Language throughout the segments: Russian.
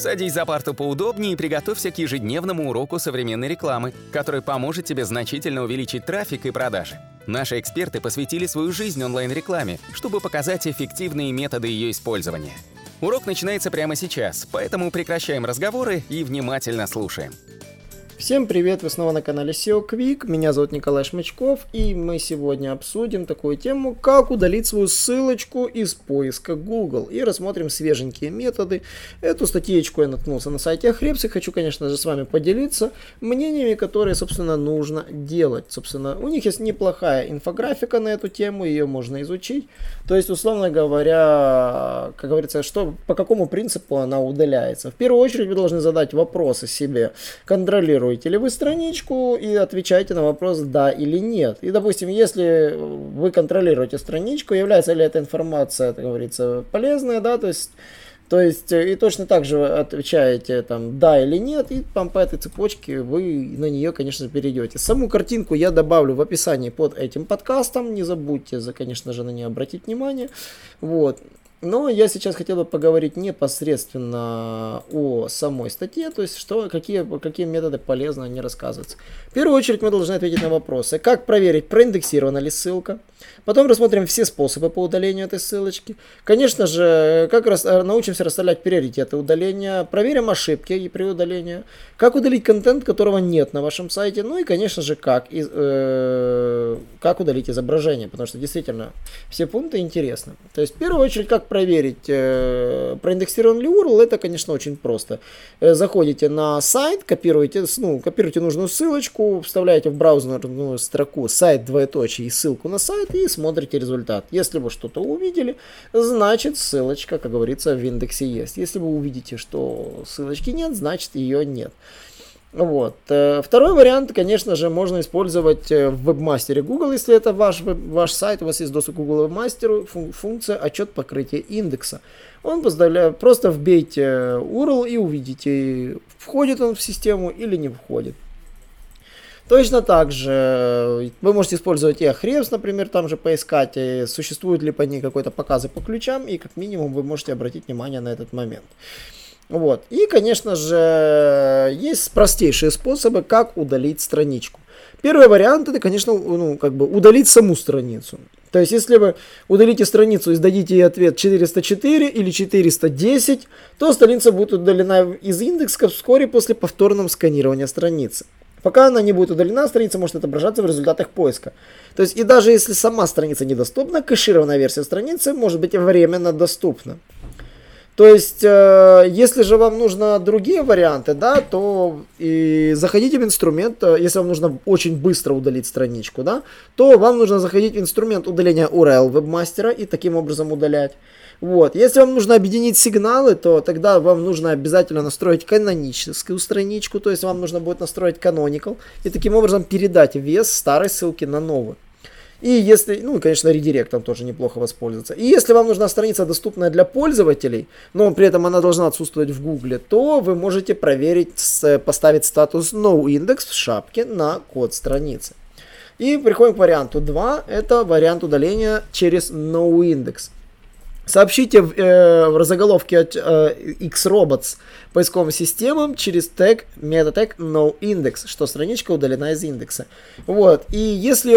Садись за парту поудобнее и приготовься к ежедневному уроку современной рекламы, который поможет тебе значительно увеличить трафик и продажи. Наши эксперты посвятили свою жизнь онлайн-рекламе, чтобы показать эффективные методы ее использования. Урок начинается прямо сейчас, поэтому прекращаем разговоры и внимательно слушаем. Всем привет, вы снова на канале SEO Quick, меня зовут Николай Шмычков, и мы сегодня обсудим такую тему, как удалить свою ссылочку из поиска Google, и рассмотрим свеженькие методы. Эту статьечку я наткнулся на сайте Ahrefs, и хочу, конечно же, с вами поделиться мнениями, которые, собственно, нужно делать. Собственно, у них есть неплохая инфографика на эту тему, ее можно изучить. То есть, условно говоря, как говорится, по какому принципу она удаляется. В первую очередь вы должны задать вопросы себе, контролируете ли вы страничку, и отвечаете на вопрос да или нет. И, допустим, если вы контролируете страничку, является ли эта информация, как говорится, полезная, да, то есть и точно так же отвечаете там да или нет, и по этой цепочке вы на нее, конечно же, перейдете. Саму картинку я добавлю в описании под этим подкастом, не забудьте, конечно же, на нее обратить внимание. Вот. Но я сейчас хотел бы поговорить непосредственно о самой статье, то есть какие методы полезно не рассказываются. В первую очередь мы должны ответить на вопросы, как проверить, проиндексирована ли ссылка. Потом рассмотрим все способы по удалению этой ссылочки. Конечно же, научимся расставлять приоритеты удаления, проверим ошибки при удалении, как удалить контент, которого нет на вашем сайте, ну и, конечно же, как удалить изображение, потому что действительно все пункты интересны. То есть, в первую очередь, как проверить, проиндексирован ли URL, это, конечно, очень просто. Заходите на сайт, копируете нужную ссылочку, вставляете в браузерную строку сайт, двоеточие, и ссылку на сайт, и смотрите результат. Если вы что-то увидели, значит ссылочка, как говорится, в индексе есть. Если вы увидите, что ссылочки нет, значит ее нет. Вот. Второй вариант, конечно же, можно использовать в вебмастере Google, если это ваш сайт, у вас есть доступ к Google вебмастеру, функция отчет покрытия индекса. Он позволяет, просто вбейте URL и увидите, входит он в систему или не входит. Точно так же вы можете использовать и Ahrefs, например, там же поискать, существуют ли по ней какой-то показы по ключам, и как минимум вы можете обратить внимание на этот момент. Вот. И, конечно же, есть простейшие способы, как удалить страничку. Первый вариант, это, конечно, удалить саму страницу. То есть, если вы удалите страницу и сдадите ей ответ 404 или 410, то страница будет удалена из индекса вскоре после повторного сканирования страницы. Пока она не будет удалена, страница может отображаться в результатах поиска. То есть, и даже если сама страница недоступна, кэшированная версия страницы может быть временно доступна. То есть, если же вам нужны другие варианты, да, то и заходите в инструмент, если вам нужно очень быстро удалить страничку, да, то вам нужно заходить в инструмент удаления URL вебмастера и таким образом удалять. Вот. Если вам нужно объединить сигналы, то тогда вам нужно обязательно настроить каноническую страничку, то есть вам нужно будет настроить canonical и таким образом передать вес старой ссылки на новую. И если, конечно, редиректом тоже неплохо воспользоваться. И если вам нужна страница, доступная для пользователей, но при этом она должна отсутствовать в Гугле, то вы можете поставить статус noindex в шапке на код страницы. И приходим к варианту 2, это вариант удаления через noindex. Сообщите в заголовке от Xrobots поисковым системам через метатег noindex, что страничка удалена из индекса. Вот. И если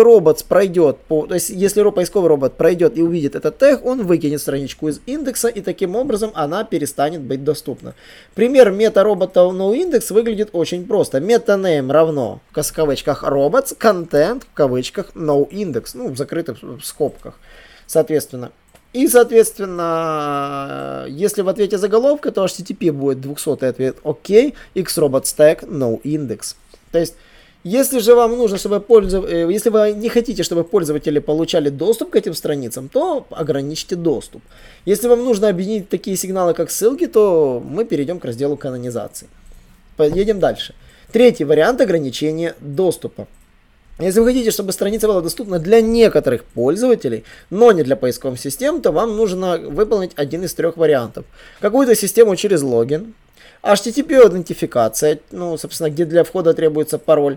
если поисковый робот пройдет и увидит этот тег, он выкинет страничку из индекса, и таким образом она перестанет быть доступна. Пример мета-робота noindex выглядит очень просто. Meta-name равно, в кавычках, robots, content, в кавычках, noindex, в закрытых скобках, соответственно. И, соответственно, если в ответе заголовка, то HTTP будет 200-й ответ OK, Xrobots tag noindex. То есть, если же вам нужно, если вы не хотите, чтобы пользователи получали доступ к этим страницам, то ограничьте доступ. Если вам нужно объединить такие сигналы, как ссылки, то мы перейдем к разделу канонизации. Поедем дальше. Третий вариант ограничения доступа. Если вы хотите, чтобы страница была доступна для некоторых пользователей, но не для поисковых систем, то вам нужно выполнить один из трех вариантов. Какую-то систему через логин, HTTP-аутентификация, собственно, где для входа требуется пароль,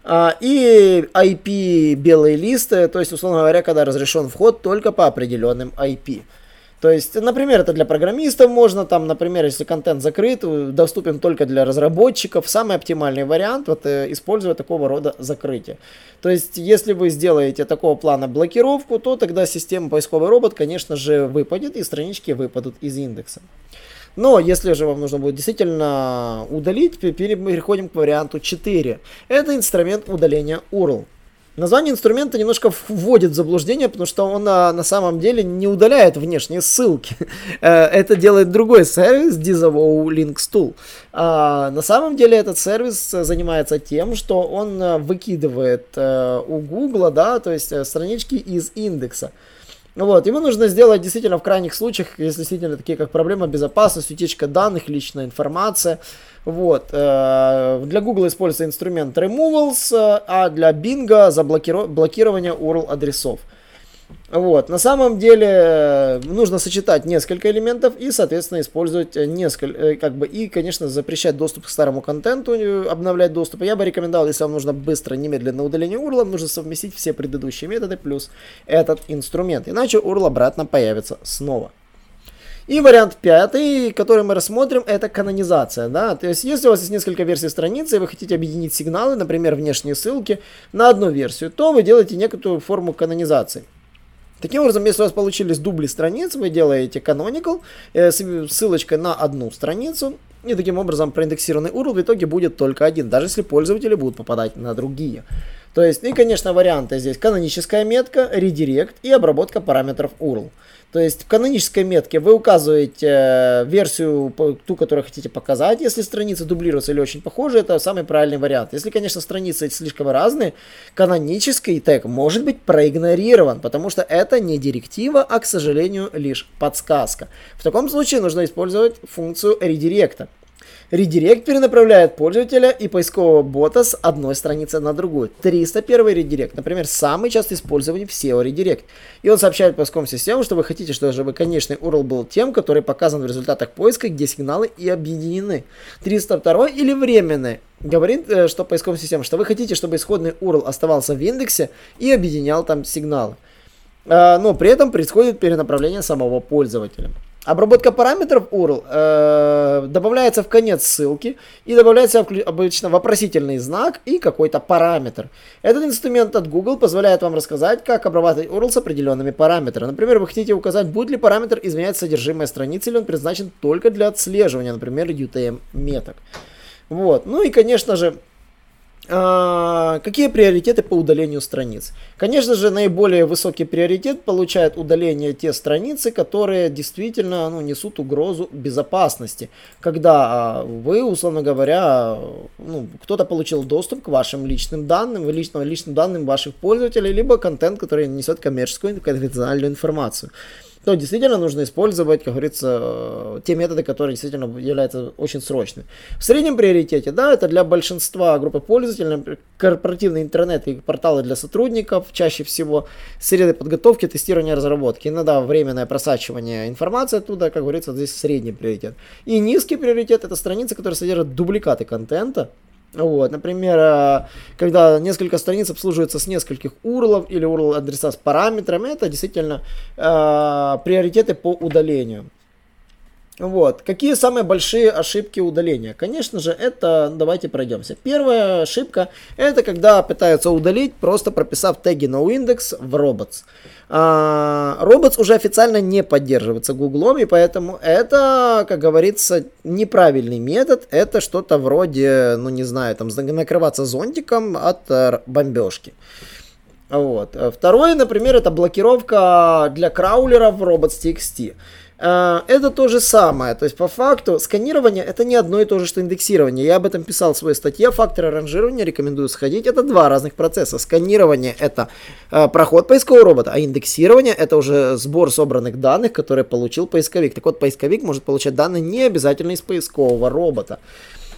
и IP белые листы, то есть, условно говоря, когда разрешен вход только по определенным IP. То есть, например, это для программистов можно, там, например, если контент закрыт, доступен только для разработчиков, самый оптимальный вариант, вот, используя такого рода закрытие. То есть, если вы сделаете такого плана блокировку, то тогда система поисковый робот, конечно же, выпадет, и странички выпадут из индекса. Но если же вам нужно будет действительно удалить, переходим к варианту 4. Это инструмент удаления URL. Название инструмента немножко вводит в заблуждение, потому что он на самом деле не удаляет внешние ссылки. Это делает другой сервис, Disavow Links Tool. На самом деле этот сервис занимается тем, что он выкидывает у Google, да, то есть странички из индекса. Вот, ему нужно сделать действительно в крайних случаях, если действительно такие как проблема безопасности, утечка данных, личная информация. Вот, для Google используется инструмент Removals, а для Bing за блокирование URL адресов. Вот, на самом деле нужно сочетать несколько элементов и, соответственно, использовать несколько, и, конечно, запрещать доступ к старому контенту, обновлять доступ. Я бы рекомендовал, если вам нужно быстро, немедленно удаление URL, нужно совместить все предыдущие методы плюс этот инструмент, иначе URL обратно появится снова. И вариант 5, который мы рассмотрим, это канонизация. Да? То есть, если у вас есть несколько версий страницы, и вы хотите объединить сигналы, например, внешние ссылки, на одну версию, то вы делаете некоторую форму канонизации. Таким образом, если у вас получились дубли страниц, вы делаете canonical, ссылочкой на одну страницу, и таким образом проиндексированный URL в итоге будет только один, даже если пользователи будут попадать на другие. То есть, и, конечно, варианты здесь каноническая метка, редирект и обработка параметров URL. То есть в канонической метке вы указываете версию, ту, которую хотите показать. Если страницы дублируются или очень похожи, это самый правильный вариант. Если, конечно, страницы слишком разные, канонический тег может быть проигнорирован, потому что это не директива, а, к сожалению, лишь подсказка. В таком случае нужно использовать функцию редиректа. Редирект перенаправляет пользователя и поискового бота с одной страницы на другую. 301 редирект, например, самый часто использованный в SEO редирект. И он сообщает поисковым системам, что вы хотите, чтобы конечный URL был тем, который показан в результатах поиска, где сигналы и объединены. 302 или временный говорит, что поисковым системам, что вы хотите, чтобы исходный URL оставался в индексе и объединял там сигналы. Но при этом происходит перенаправление самого пользователя. Обработка параметров URL добавляется в конец ссылки и добавляется обычно вопросительный знак и какой-то параметр. Этот инструмент от Google позволяет вам рассказать, как обрабатывать URL с определенными параметрами. Например, вы хотите указать, будет ли параметр изменять содержимое страницы, или он предназначен только для отслеживания, например, UTM-меток. Вот. Ну и, конечно же, какие приоритеты по удалению страниц? Конечно же, наиболее высокий приоритет получает удаление те страницы, которые действительно несут угрозу безопасности. Когда вы, условно говоря, кто-то получил доступ к вашим личным данным, личным данным ваших пользователей, либо контент, который несет коммерческую и конфиденциальную информацию. То действительно нужно использовать, как говорится, те методы, которые действительно являются очень срочными. В среднем приоритете, да, это для большинства группы пользователей, например, корпоративный интернет и порталы для сотрудников, чаще всего среды подготовки, тестирования, разработки. Иногда временное просачивание информации оттуда, как говорится, здесь средний приоритет. И низкий приоритет — это страницы, которые содержат дубликаты контента. Вот, например, когда несколько страниц обслуживаются с нескольких URL или URL адреса с параметрами, это действительно приоритеты по удалению. Вот. Какие самые большие ошибки удаления? Конечно же, это, давайте пройдемся. Первая ошибка — это когда пытаются удалить, просто прописав теги noindex в robots. Robots уже официально не поддерживается Гуглом, и поэтому это, как говорится, неправильный метод. Это что-то вроде, накрываться зонтиком от бомбежки. Вот. Второе, например, это блокировка для краулеров в robots.txt. Это то же самое, то есть по факту сканирование — это не одно и то же, что индексирование. Я об этом писал в своей статье «Факторы ранжирования», рекомендую сходить. Это два разных процесса. Сканирование — это проход поискового робота, а индексирование — это уже сбор собранных данных, которые получил поисковик. Так вот, поисковик может получать данные не обязательно из поискового робота.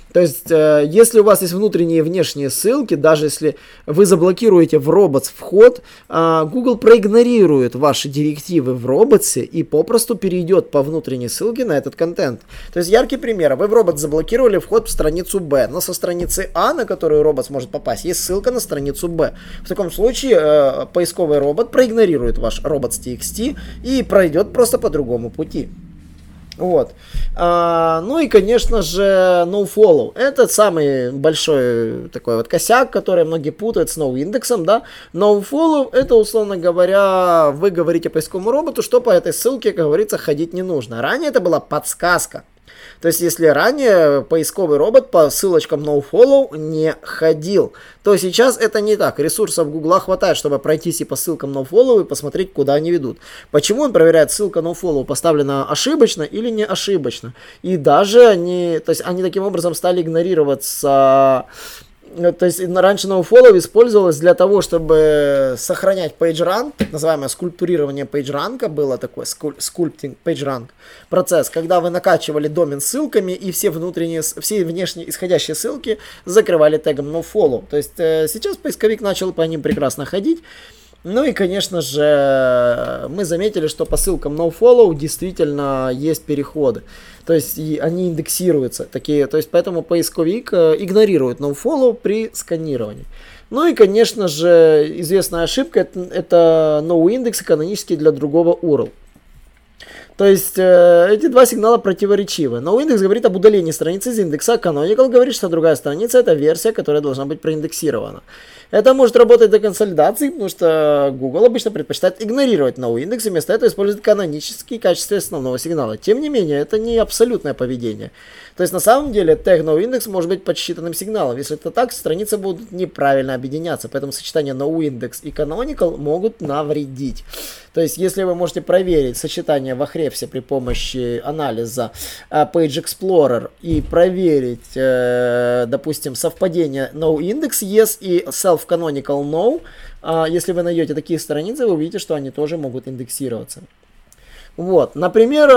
То есть, если у вас есть внутренние и внешние ссылки, даже если вы заблокируете в Robots вход, Google проигнорирует ваши директивы в Robots и попросту перейдет по внутренней ссылке на этот контент. То есть, яркий пример. Вы в Robots заблокировали вход в страницу B, но со страницы А, на которую Robots может попасть, есть ссылка на страницу B. В таком случае поисковый робот проигнорирует ваш Robots.txt и пройдет просто по другому пути. Вот. Ну и, конечно же, nofollow. Это самый большой такой вот косяк, который многие путают с noindexом, да. Nofollow — это, условно говоря, вы говорите поисковому роботу, что по этой ссылке, как говорится, ходить не нужно. Ранее это была подсказка. То есть, если ранее поисковый робот по ссылочкам nofollow не ходил, то сейчас это не так. Ресурсов Гугла хватает, чтобы пройтись и по ссылкам nofollow и посмотреть, куда они ведут. Почему он проверяет, ссылка nofollow поставлена ошибочно или не ошибочно. И даже они таким образом стали игнорироваться. То есть раньше nofollow использовалось для того, чтобы сохранять PageRank, так называемое скульптурирование PageRank, было такое sculpting PageRank процесс, когда вы накачивали домен ссылками и все внешние исходящие ссылки закрывали тегом nofollow. То есть сейчас поисковик начал по ним прекрасно ходить. Ну и, конечно же, мы заметили, что по ссылкам nofollow действительно есть переходы. То есть они индексируются такие, то есть поэтому поисковик игнорирует nofollow при сканировании. Ну и, конечно же, известная ошибка это noindex канонический для другого URL. То есть эти два сигнала противоречивы. NoIndex говорит об удалении страницы из индекса, Canonical говорит, что другая страница — это версия, которая должна быть проиндексирована. Это может работать до консолидации, потому что Google обычно предпочитает игнорировать NoIndex и вместо этого использует канонический в качестве основного сигнала. Тем не менее, это не абсолютное поведение. То есть на самом деле тег NoIndex может быть подсчитанным сигналом. Если это так, страницы будут неправильно объединяться, поэтому сочетание NoIndex и Canonical могут навредить. То есть если вы можете проверить сочетание в Ahrefs при помощи анализа Page Explorer и проверить, допустим, совпадение NoIndex yes и self-canonical no, если вы найдете такие страницы, вы увидите, что они тоже могут индексироваться. Вот, например,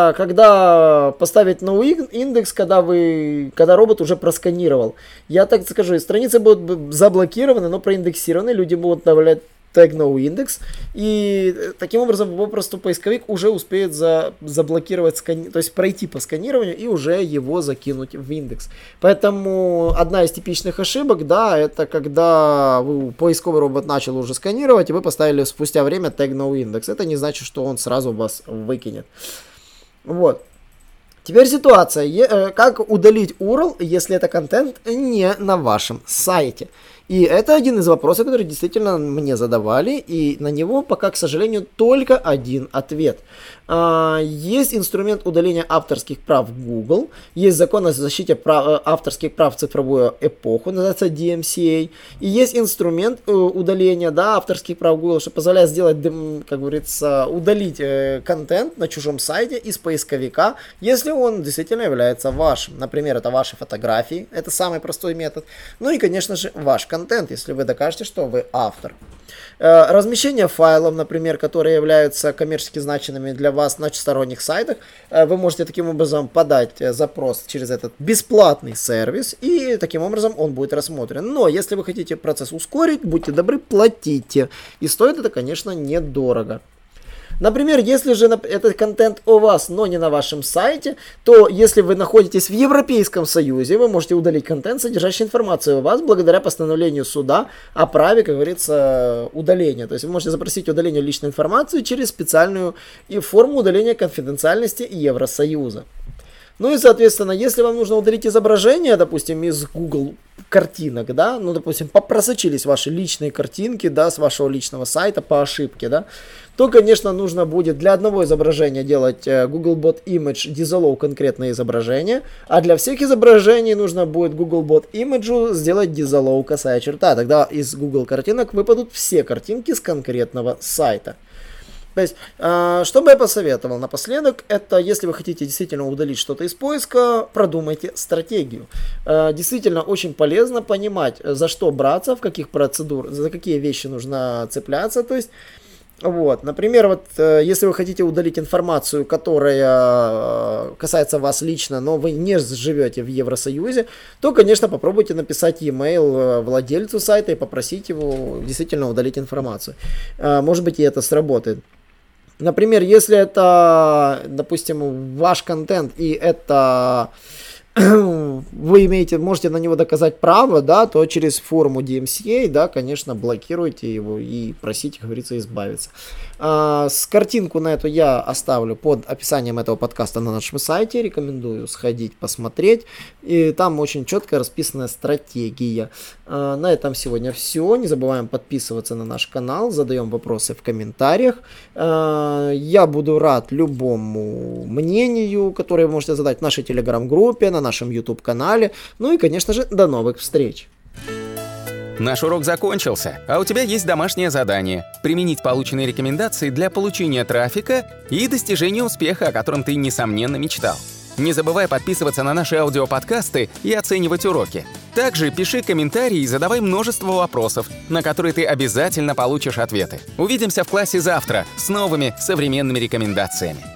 когда поставить noindex, когда робот уже просканировал. Я так скажу, страницы будут заблокированы, но проиндексированы, люди будут добавлять тег noindex, и таким образом попросту поисковик уже успеет заблокировать, то есть пройти по сканированию и уже его закинуть в индекс. Поэтому одна из типичных ошибок, да, это когда поисковый робот начал уже сканировать, и вы поставили спустя время тег noindex. Это не значит, что он сразу вас выкинет. Вот. Теперь ситуация, как удалить URL, если это контент не на вашем сайте. И это один из вопросов, который действительно мне задавали, и на него пока, к сожалению, только один ответ. Есть инструмент удаления авторских прав в Google, есть закон о защите авторских прав в цифровую эпоху, называется DMCA, и есть инструмент удаления, да, авторских прав в Google, что позволяет сделать, как говорится, удалить контент на чужом сайте из поисковика, если он действительно является вашим. Например, это ваши фотографии, это самый простой метод. Ну и, конечно же, ваш контент, если вы докажете, что вы автор. Размещение файлов, например, которые являются коммерчески значимыми для вас на сторонних сайтах, вы можете таким образом подать запрос через этот бесплатный сервис, и таким образом он будет рассмотрен. Но если вы хотите процесс ускорить, будьте добры, платите. И стоит это, конечно, недорого. Например, если же этот контент о вас, но не на вашем сайте, то если вы находитесь в Европейском Союзе, вы можете удалить контент, содержащий информацию о вас, благодаря постановлению суда о праве, как говорится, удаления. То есть вы можете запросить удаление личной информации через специальную форму удаления конфиденциальности Евросоюза. Ну и, соответственно, если вам нужно удалить изображение, допустим, из Google картинок, да, ну, допустим, просочились ваши личные картинки, да, с вашего личного сайта по ошибке, да, то, конечно, нужно будет для одного изображения делать Googlebot Image Disallowed конкретное изображение, а для всех изображений нужно будет Googlebot Image сделать Disallowed косая черта. Тогда из Google картинок выпадут все картинки с конкретного сайта. То есть, что бы я посоветовал напоследок, это если вы хотите действительно удалить что-то из поиска, продумайте стратегию. Действительно очень полезно понимать, за что браться, в каких процедурах, за какие вещи нужно цепляться. То есть, Вот, например, вот если вы хотите удалить информацию, которая касается вас лично, но вы не живете в Евросоюзе, то, конечно, попробуйте написать e-mail владельцу сайта и попросить его действительно удалить информацию. Может быть, и это сработает. Например, если это, допустим, ваш контент и это вы можете на него доказать право, да, то через форму DMCA, да, конечно, блокируйте его и просите, как говорится, избавиться. Картинку на эту я оставлю под описанием этого подкаста на нашем сайте. Рекомендую сходить посмотреть. И там очень четко расписана стратегия. На этом сегодня все. Не забываем подписываться на наш канал, задаем вопросы в комментариях. Я буду рад любому мнению, которое вы можете задать в нашей телеграм-группе, на нашем YouTube-канале. Ну и, конечно же, до новых встреч! Наш урок закончился, а у тебя есть домашнее задание – применить полученные рекомендации для получения трафика и достижения успеха, о котором ты, несомненно, мечтал. Не забывай подписываться на наши аудиоподкасты и оценивать уроки. Также пиши комментарии и задавай множество вопросов, на которые ты обязательно получишь ответы. Увидимся в классе завтра с новыми современными рекомендациями.